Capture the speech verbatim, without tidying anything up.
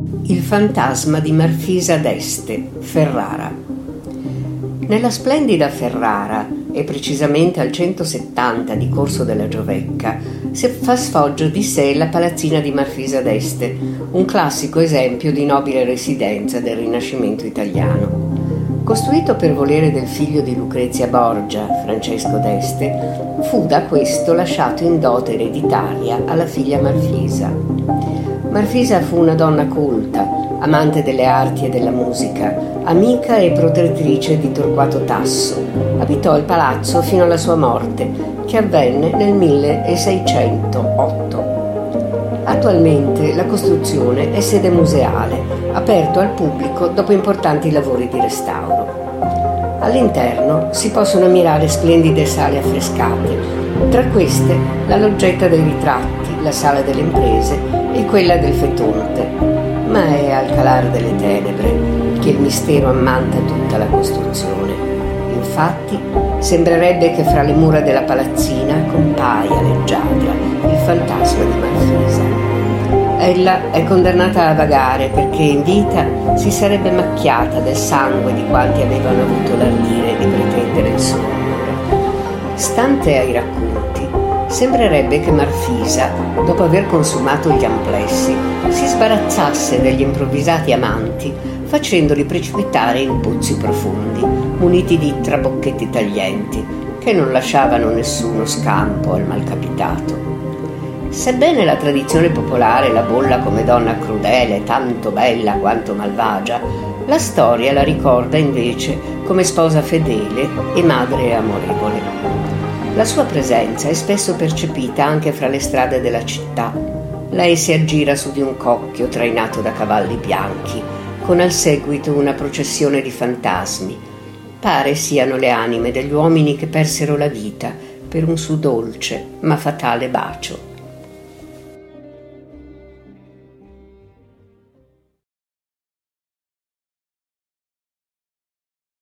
Il fantasma di Marfisa d'Este, Ferrara. Nella splendida Ferrara, e precisamente al centosettanta di Corso della Giovecca, si fa sfoggio di sé la palazzina di Marfisa d'Este, un classico esempio di nobile residenza del Rinascimento italiano. Costruito per volere del figlio di Lucrezia Borgia, Francesco d'Este, fu da questo lasciato in dote ereditaria alla figlia Marfisa. Marfisa fu una donna colta, amante delle arti e della musica, amica e protettrice di Torquato Tasso. Abitò il palazzo fino alla sua morte, che avvenne nel milleseicentotto. Attualmente la costruzione è sede museale, aperto al pubblico dopo importanti lavori di restauro. All'interno si possono ammirare splendide sale affrescate, tra queste la loggetta dei ritratti, la sala delle imprese e quella del Fetonte, ma è al calar delle tenebre che il mistero ammanta tutta la costruzione. Infatti sembrerebbe che fra le mura della palazzina compaia leggiadra il fantasma di Marfisa. Ella è condannata a vagare perché in vita si sarebbe macchiata del sangue di quanti avevano avuto l'ardire di pretendere il suo amore. Stante ai racconti, sembrerebbe che Marfisa, dopo aver consumato gli amplessi, si sbarazzasse degli improvvisati amanti, facendoli precipitare in pozzi profondi, muniti di trabocchetti taglienti, che non lasciavano nessuno scampo al malcapitato. Sebbene la tradizione popolare la bolla come donna crudele, tanto bella quanto malvagia, la storia la ricorda invece come sposa fedele e madre amorevole. La sua presenza è spesso percepita anche fra le strade della città. Lei si aggira su di un cocchio trainato da cavalli bianchi, con al seguito una processione di fantasmi. Pare siano le anime degli uomini che persero la vita per un suo dolce ma fatale bacio.